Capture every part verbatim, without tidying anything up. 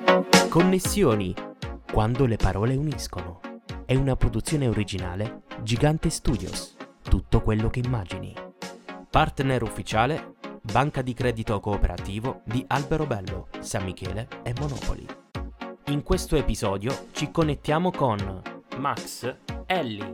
Connessioni, quando le parole uniscono. È una produzione originale Gigante Studios. Tutto quello che immagini. Partner ufficiale Banca di Credito Cooperativo di Alberobello, San Michele e Monopoli. In questo episodio ci connettiamo con Max Ellie.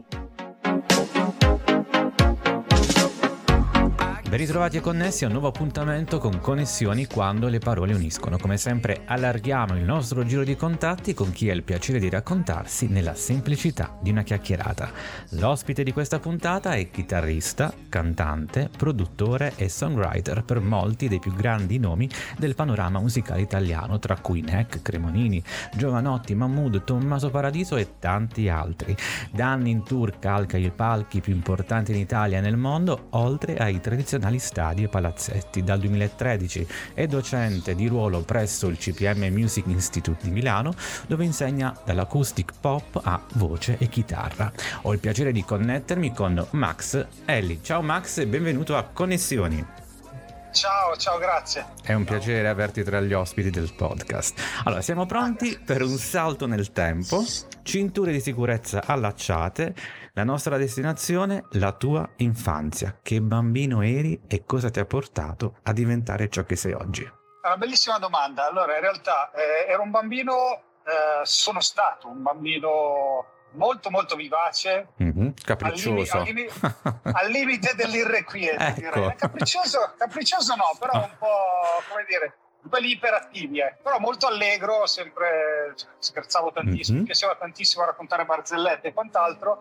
Ben ritrovati e connessi a un nuovo appuntamento con Connessioni quando le parole uniscono. Come sempre allarghiamo il nostro giro di contatti con chi ha il piacere di raccontarsi nella semplicità di una chiacchierata. L'ospite di questa puntata è chitarrista, cantante, produttore e songwriter per molti dei più grandi nomi del panorama musicale italiano, tra cui Neck, Cremonini, Giovanotti, Mahmood, Tommaso Paradiso e tanti altri. Da anni in tour calca i palchi più importanti in Italia e nel mondo, oltre ai tradizionali stadi e palazzetti. Dal duemilatredici è docente di ruolo presso il C P M Music Institute di Milano, dove insegna dall'acoustic pop a voce e chitarra. Ho il piacere di connettermi con Max Ellie. Ciao Max e benvenuto a Connessioni. Ciao, ciao, grazie. È un piacere averti tra gli ospiti del podcast. Allora, siamo pronti per un salto nel tempo, cinture di sicurezza allacciate, la nostra destinazione, la tua infanzia. Che bambino eri e cosa ti ha portato a diventare ciò che sei oggi? È una bellissima domanda. Allora, in realtà eh, ero un bambino, eh, sono stato un bambino molto molto vivace, mm-hmm. capriccioso, al, limi- al, limi- al limite dell'irrequieto. Ecco. Direi. Capriccioso, capriccioso no, però un po', come dire, quelli iperattivi, eh. Però molto allegro, sempre scherzavo tantissimo, mm-hmm. mi piaceva tantissimo raccontare barzellette e quant'altro.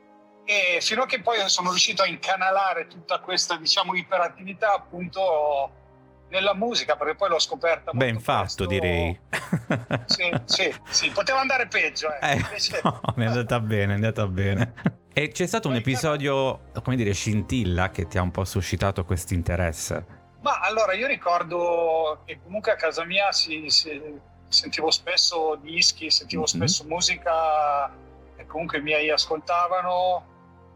E fino a che poi sono riuscito a incanalare tutta questa, diciamo, iperattività appunto nella musica, perché poi l'ho scoperta molto ben fatto, presto. Direi. Sì, sì, sì, poteva andare peggio, eh. eh Invece... no, è andata bene, è andata bene. E c'è stato un episodio, come dire, scintilla che ti ha un po' suscitato questo interesse? Ma allora, io ricordo che comunque a casa mia si, si, sentivo spesso dischi, sentivo mm-hmm. spesso musica che comunque i miei ascoltavano.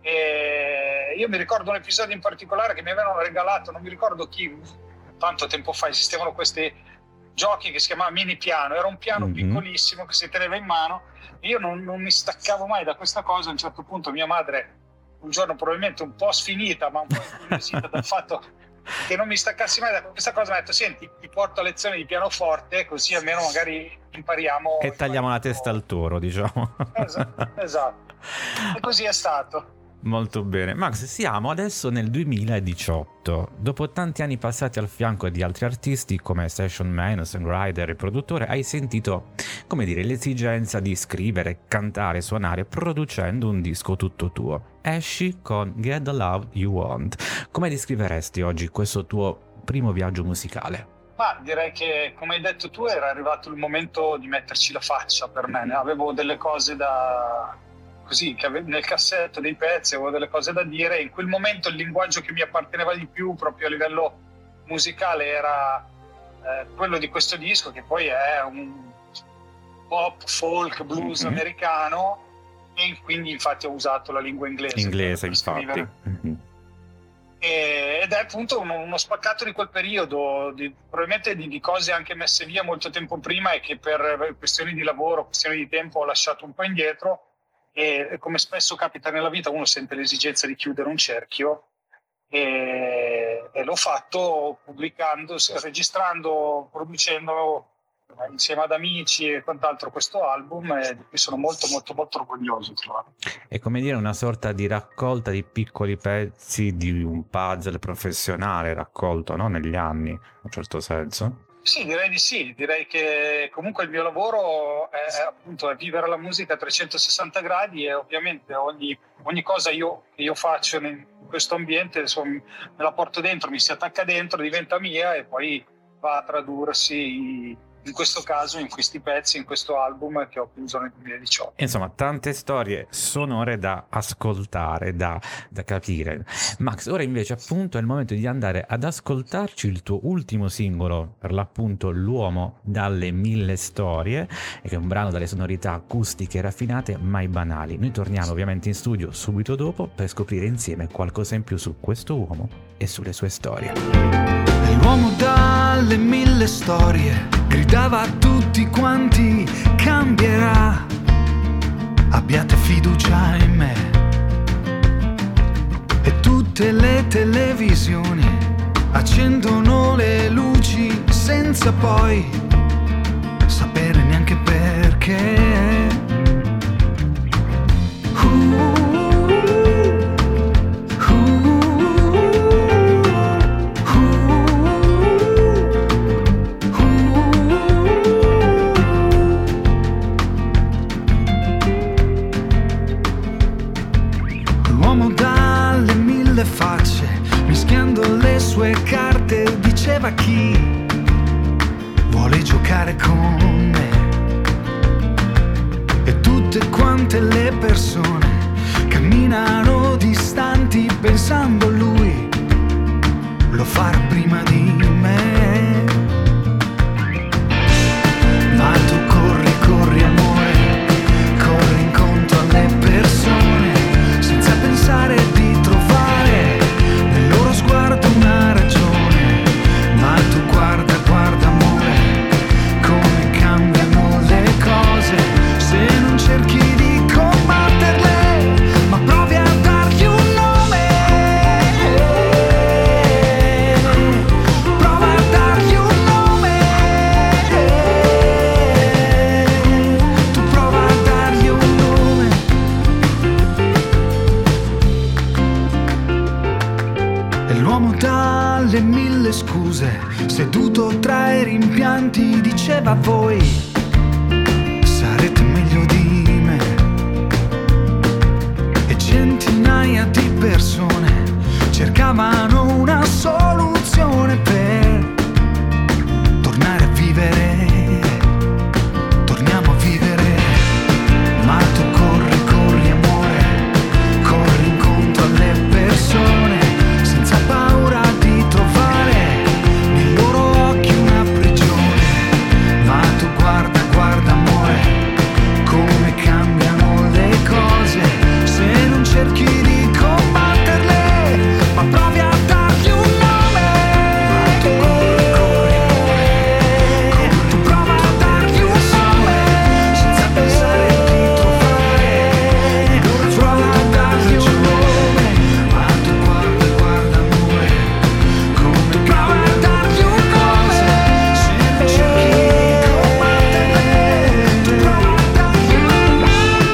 E io mi ricordo un episodio in particolare che mi avevano regalato, non mi ricordo chi, tanto tempo fa esistevano questi giochi che si chiamava mini piano, era un piano mm-hmm. piccolissimo che si teneva in mano. Io non, non mi staccavo mai da questa cosa. A un certo punto mia madre, un giorno probabilmente un po' sfinita ma un po' incuriosita dal fatto che non mi staccassi mai da questa cosa, mi ha detto: senti, ti porto a lezioni di pianoforte così almeno magari impariamo e tagliamo la testa al toro, diciamo. Esatto, esatto. E così è stato. Molto bene. Max, siamo adesso nel duemiladiciotto. Dopo tanti anni passati al fianco di altri artisti come session man, songwriter e produttore, hai sentito, come dire, l'esigenza di scrivere, cantare, suonare, producendo un disco tutto tuo. Esci con Get the Love You Want. Come descriveresti oggi questo tuo primo viaggio musicale? Ma direi che, come hai detto tu, era arrivato il momento di metterci la faccia per me. Avevo delle cose da... così, che nel cassetto dei pezzi avevo delle cose da dire. In quel momento il linguaggio che mi apparteneva di più proprio a livello musicale era eh, quello di questo disco, che poi è un pop, folk, blues mm-hmm. americano, e quindi infatti ho usato la lingua inglese. Inglese, infatti. Mm-hmm. E, ed è appunto uno, uno spaccato di quel periodo, di, probabilmente di, di cose anche messe via molto tempo prima e che per questioni di lavoro, questioni di tempo ho lasciato un po' indietro. E come spesso capita nella vita, uno sente l'esigenza di chiudere un cerchio e, e l'ho fatto pubblicando, registrando, producendo insieme ad amici e quant'altro questo album, e di cui sono molto molto molto orgoglioso. È come dire una sorta di raccolta di piccoli pezzi di un puzzle professionale raccolto, no? Negli anni, in un certo senso. Sì, direi di sì, direi che comunque il mio lavoro è, è appunto è vivere la musica a trecentosessanta gradi, e ovviamente ogni, ogni cosa io, che io faccio in questo ambiente, insomma, me la porto dentro, mi si attacca dentro, diventa mia e poi va a tradursi in questo caso in questi pezzi, in questo album che ho chiuso nel duemiladiciotto. Insomma, tante storie sonore da ascoltare, da, da capire. Max, ora invece appunto è il momento di andare ad ascoltarci il tuo ultimo singolo, per l'appunto L'uomo dalle mille storie, e che è un brano dalle sonorità acustiche raffinate mai banali. Noi torniamo ovviamente in studio subito dopo per scoprire insieme qualcosa in più su questo uomo e sulle sue storie. L'uomo dalle mille storie gridava a tutti quanti abbiate fiducia in me. E tutte le televisioni accendono le luci senza poi sapere neanche perché. Uh, facce, mischiando le sue carte, diceva chi vuole giocare con me. E tutte quante le persone camminano distanti pensando lui lo farà prima di me. Ma tu corri, corri amore, corri incontro alle persone senza pensare di trovare nel loro sguardo una ragione. Ma tu guarda, guarda amore, come cambiano le cose se non cerchi di combatterle, ma provi a dargli un nome. Prova a dargli un nome. Tu prova a dargli un nome. E l'uomo dalle mille scuse, seduto tra i rimpianti, diceva a voi sarete meglio di me. E centinaia di persone cercavano una soluzione per tornare a vivere. Torniamo a vivere. Ma tu corri, corri amore, corri incontro alle persone senza paura di trovare nei loro occhi una prigione. Ma tu guarda, guarda amore, come cambiano le cose se non cerchi di combatterle, ma provi a dargli un nome. Ma tu corri, corri amore, tu prova a dargli un nome senza pensare di trovare nei loro prova a dargli un nome. Ma tu guarda, guarda amore, come tu prova a dargli un nome se non cerchi di combatterle, tu prova a dargli un nome.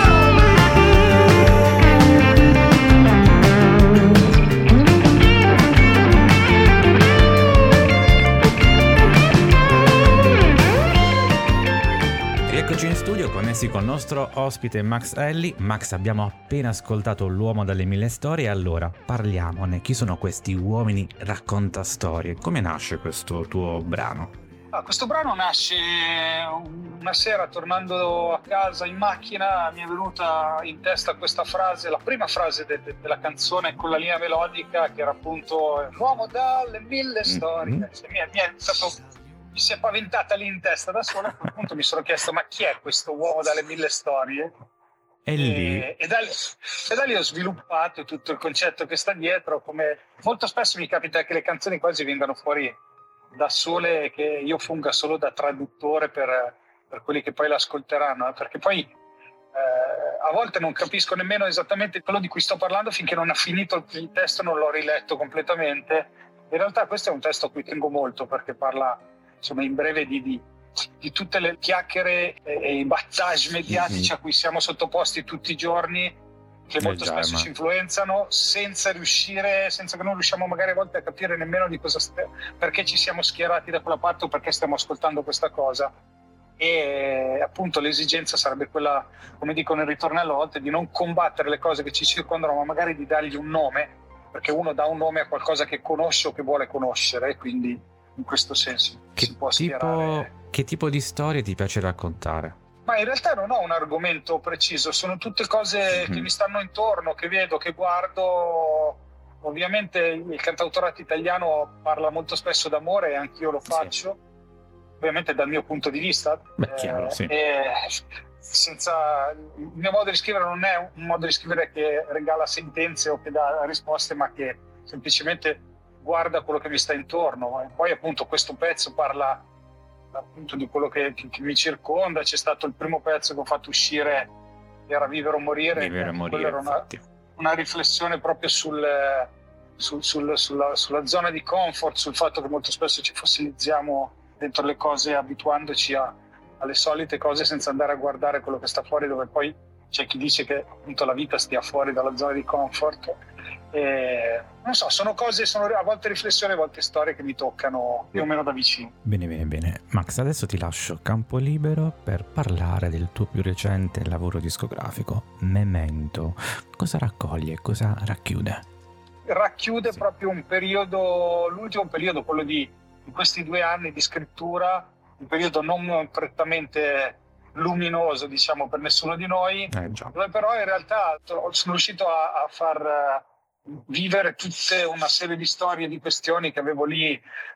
Rieccoci in studio, connessi col nostro ospite Max Elli. Max, abbiamo appena ascoltato L'uomo dalle mille storie, allora parliamone. Chi sono questi uomini raccontastorie? Come nasce questo tuo brano? Ah, questo brano nasce una sera tornando a casa in macchina, mi è venuta in testa questa frase, la prima frase de- de- della canzone con la linea melodica che era appunto l'uomo dalle mille storie. Mm-hmm. Cioè, mi, è, mi, è stato, mi si è paventata lì in testa da sola, a quel punto mi sono chiesto ma chi è questo uomo dalle mille storie? E lì E, e, da lì, e da lì ho sviluppato tutto il concetto che sta dietro, come molto spesso mi capita che le canzoni quasi vengano fuori da sole, che io funga solo da traduttore per, per quelli che poi l'ascolteranno, eh, perché poi eh, a volte non capisco nemmeno esattamente quello di cui sto parlando finché non ha finito il, il testo, non l'ho riletto completamente. In realtà questo è un testo a cui tengo molto perché parla insomma in breve di, di, di tutte le chiacchiere e, e i battage mediatici mm-hmm. a cui siamo sottoposti tutti i giorni, che molto eh già, spesso ma... ci influenzano senza riuscire, senza che non riusciamo magari a volte a capire nemmeno di cosa st- perché ci siamo schierati da quella parte o perché stiamo ascoltando questa cosa. E appunto l'esigenza sarebbe quella, come dico nel ritornello a volte, di non combattere le cose che ci circondano, ma magari di dargli un nome, perché uno dà un nome a qualcosa che conosce o che vuole conoscere, e quindi in questo senso che si può tipo, schierare. Che tipo di storie ti piace raccontare? Ma in realtà non ho un argomento preciso, sono tutte cose mm-hmm. che mi stanno intorno, che vedo, che guardo. Ovviamente il cantautorato italiano parla molto spesso d'amore e anch'io lo faccio, sì. Ovviamente dal mio punto di vista. Beh, chiaro, eh, sì. E senza, il mio modo di scrivere non è un modo di scrivere che regala sentenze o che dà risposte, ma che semplicemente guarda quello che mi sta intorno. E poi appunto questo pezzo parla appunto di quello che, che, che mi circonda. C'è stato il primo pezzo che ho fatto uscire era Vivere o Morire. Vivere o Morire, era una, una riflessione proprio sul, sul, sul, sulla, sulla zona di comfort, sul fatto che molto spesso ci fossilizziamo dentro le cose abituandoci a, alle solite cose senza andare a guardare quello che sta fuori, dove poi c'è chi dice che appunto la vita stia fuori dalla zona di comfort. E, non so, sono cose, sono a volte riflessioni, a volte storie che mi toccano più o meno da vicino. Bene, bene, bene. Max, adesso ti lascio campo libero per parlare del tuo più recente lavoro discografico, Memento. Cosa raccoglie, cosa racchiude? Racchiude sì. proprio un periodo, l'ultimo periodo, quello di, di questi due anni di scrittura, un periodo non prettamente luminoso, diciamo, per nessuno di noi, eh, già. dove però in realtà sono riuscito a, a far vivere tutte una serie di storie, di questioni che avevo lì,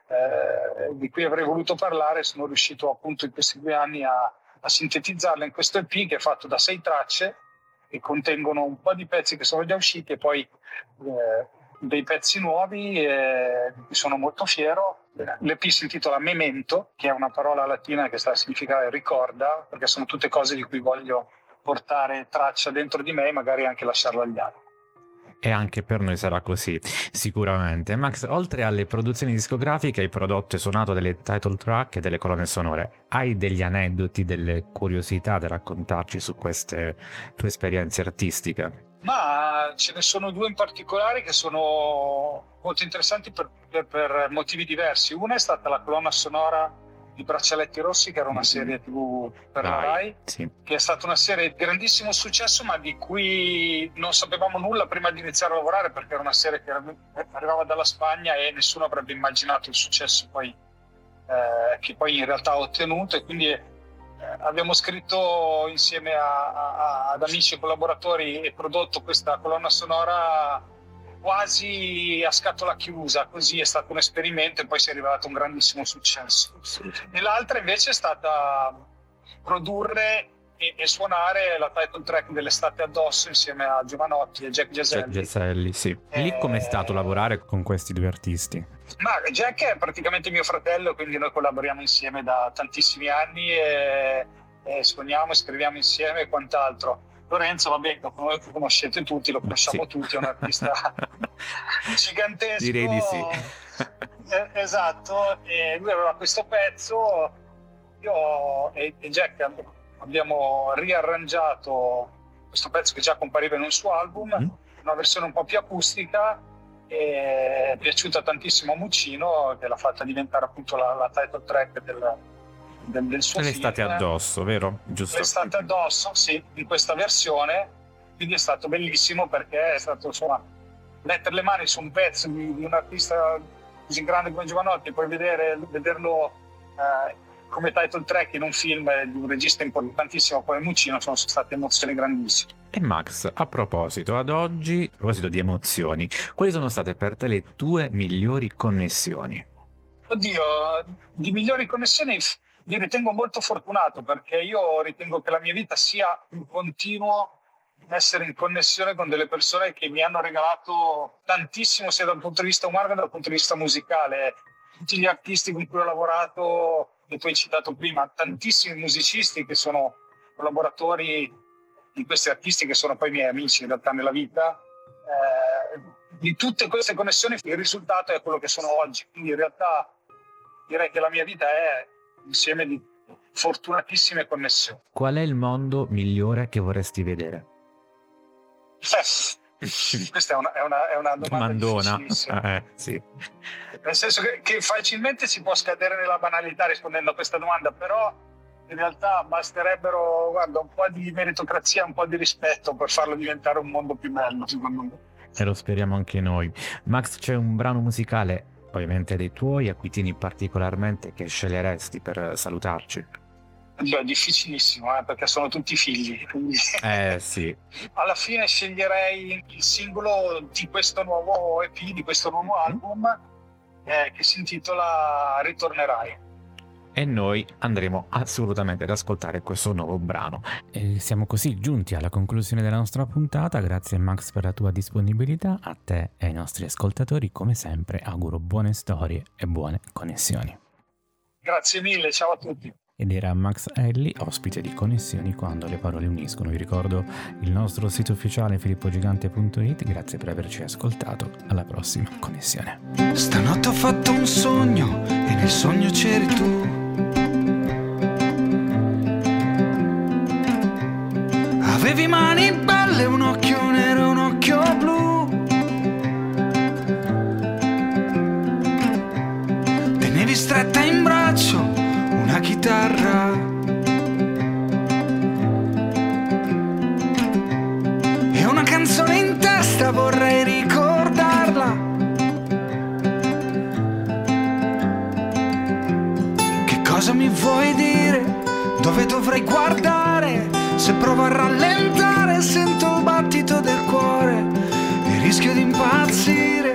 eh, di cui avrei voluto parlare. Sono riuscito appunto in questi due anni a, a sintetizzarle in questo E P che è fatto da sei tracce, che contengono un po' di pezzi che sono già usciti e poi eh, dei pezzi nuovi, eh, di cui sono molto fiero. L'E P si intitola Memento, che è una parola latina che sta a significare ricorda, perché sono tutte cose di cui voglio portare traccia dentro di me e magari anche lasciarlo agli altri. E anche per noi sarà così, sicuramente. Max, oltre alle produzioni discografiche, hai prodotto e suonato delle title track e delle colonne sonore. Hai degli aneddoti, delle curiosità da raccontarci su queste tue esperienze artistiche? Ma ce ne sono due in particolare che sono molto interessanti per, per, per motivi diversi. Una è stata la colonna sonora di Braccialetti Rossi, che era una serie tivù per la Rai, sì. Che è stata una serie di grandissimo successo, ma di cui non sapevamo nulla prima di iniziare a lavorare, perché era una serie che arrivava dalla Spagna e nessuno avrebbe immaginato il successo poi, eh, che poi in realtà ha ottenuto. E quindi eh, abbiamo scritto insieme a, a, ad amici e collaboratori e prodotto questa colonna sonora quasi a scatola chiusa, così è stato un esperimento e poi si è rivelato un grandissimo successo. E l'altra invece è stata produrre e, e suonare la title track dell'Estate addosso insieme a Giovanotti e Jack Geselli. Jack Geselli, sì. E lì eh, com'è stato lavorare con questi due artisti? Ma Jack è praticamente mio fratello, quindi noi collaboriamo insieme da tantissimi anni e, e suoniamo e scriviamo insieme e quant'altro. Lorenzo, vabbè, lo conoscete tutti, lo conosciamo sì. tutti, è un artista gigantesco. Direi di sì. Eh, esatto, e lui aveva questo pezzo, io e, e Jack abbiamo riarrangiato questo pezzo che già compariva in un suo album, mm. una versione un po' più acustica, e è piaciuta tantissimo a Muccino, che l'ha fatta diventare appunto la, la title track del Del, del suo L'estate film. addosso, vero? Giusto. L'estate addosso, sì, in questa versione, quindi è stato bellissimo perché è stato, insomma, mettere le mani su un pezzo di, di un artista così grande come Giovanotti e poi vedere, vederlo eh, come title track in un film di un regista importantissimo come Muccino, sono state emozioni grandissime. E Max, a proposito, ad oggi, a proposito di emozioni, quali sono state per te le tue migliori connessioni? Oddio, di migliori connessioni mi ritengo molto fortunato, perché io ritengo che la mia vita sia in continuo essere in connessione con delle persone che mi hanno regalato tantissimo, sia dal punto di vista umano che dal punto di vista musicale. Tutti gli artisti con cui ho lavorato, che tu hai citato prima, tantissimi musicisti che sono collaboratori di questi artisti, che sono poi miei amici in realtà nella vita. Eh, di tutte queste connessioni il risultato è quello che sono oggi, quindi in realtà direi che la mia vita è insieme di fortunatissime connessioni. Qual è il mondo migliore che vorresti vedere? Eh, questa è una, è una, è una domanda difficilissima. Eh, sì. Nel senso che, che facilmente si può scadere nella banalità rispondendo a questa domanda, però in realtà basterebbero, guarda, un po' di meritocrazia, un po' di rispetto per farlo diventare un mondo più bello, secondo me. E lo speriamo anche noi. Max, c'è un brano musicale, ovviamente dei tuoi, a cui tieni particolarmente, che sceglieresti per salutarci? Beh, difficilissimo, eh, perché sono tutti figli, quindi eh sì. Alla fine sceglierei il singolo di questo nuovo E P, di questo nuovo album, eh, che si intitola Ritornerai. E noi andremo assolutamente ad ascoltare questo nuovo brano. E siamo così giunti alla conclusione della nostra puntata. Grazie Max per la tua disponibilità. A te e ai nostri ascoltatori, come sempre, auguro buone storie e buone connessioni. Grazie mille, ciao a tutti. Ed era Max Elli, ospite di Connessioni quando le parole uniscono. Vi ricordo il nostro sito ufficiale filippogigante punto it. Grazie per averci ascoltato. Alla prossima connessione. Stanotte ho fatto un sogno e nel sogno c'eri tu. Avevi mani belle, un occhio nero e un occhio blu. Tenevi stretta in braccio una chitarra e una canzone in testa, vorrei ricordarla. Che cosa mi vuoi dire? Dove dovrei guardare? Se provo a rallentare sento il battito del cuore e rischio di impazzire.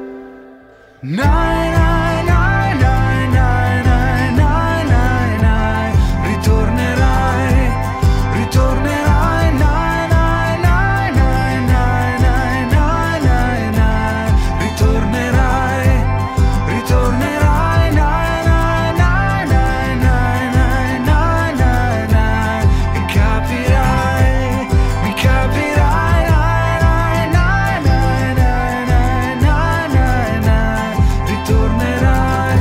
Nai, nai, nai, nai, nai, nai, nai, nai, nai. Ritornerai, ritornerai, nai, nai, nai, nai, nai, nai, nai, nai, nai. Ritornerai, ritornerai, nai, nai, nai, nai, nai, nai, nai, nai, nai. E capirai, mi capirai, nai, nai, nai, nai, nai, nai, nai, nai. Ritornerai.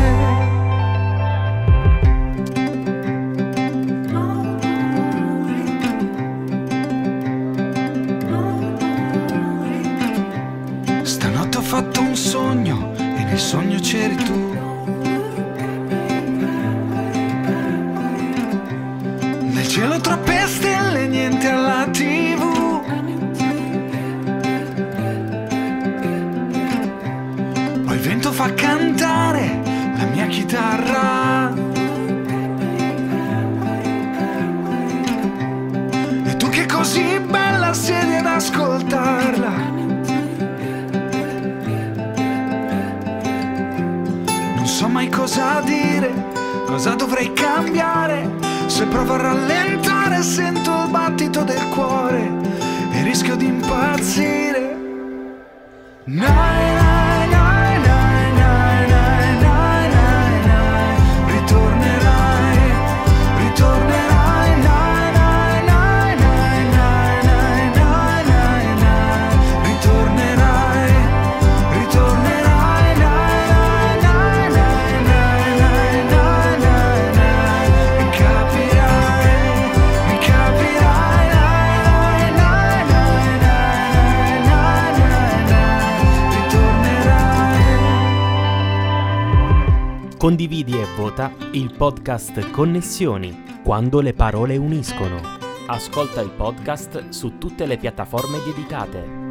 Stanotte ho fatto un sogno e nel sogno c'eri tu. Nel cielo troppe stelle, niente alla tivù. Poi il vento fa cantare la mia chitarra. E tu che così bella siedi ad ascoltarla. Non so mai cosa dire, cosa dovrei cambiare. Se provo a rallentare sento il battito del cuore e rischio di impazzire. Nai, nai, nai, nai, nai, nai, nai, nai, nai. Ritornerai, ritornerai, nai, nai, nai, nai, nai, nai, nai, nai, nai. Ritornerai, ritornerai, nai, nai, nai, nai, nai, nai, nai, nai. E capirai, mi capirai, nai, nai, nai, nai, nai, nai, nai. Ritornerai. Condividi e vota il podcast Connessioni quando le parole uniscono. Ascolta il podcast su tutte le piattaforme dedicate.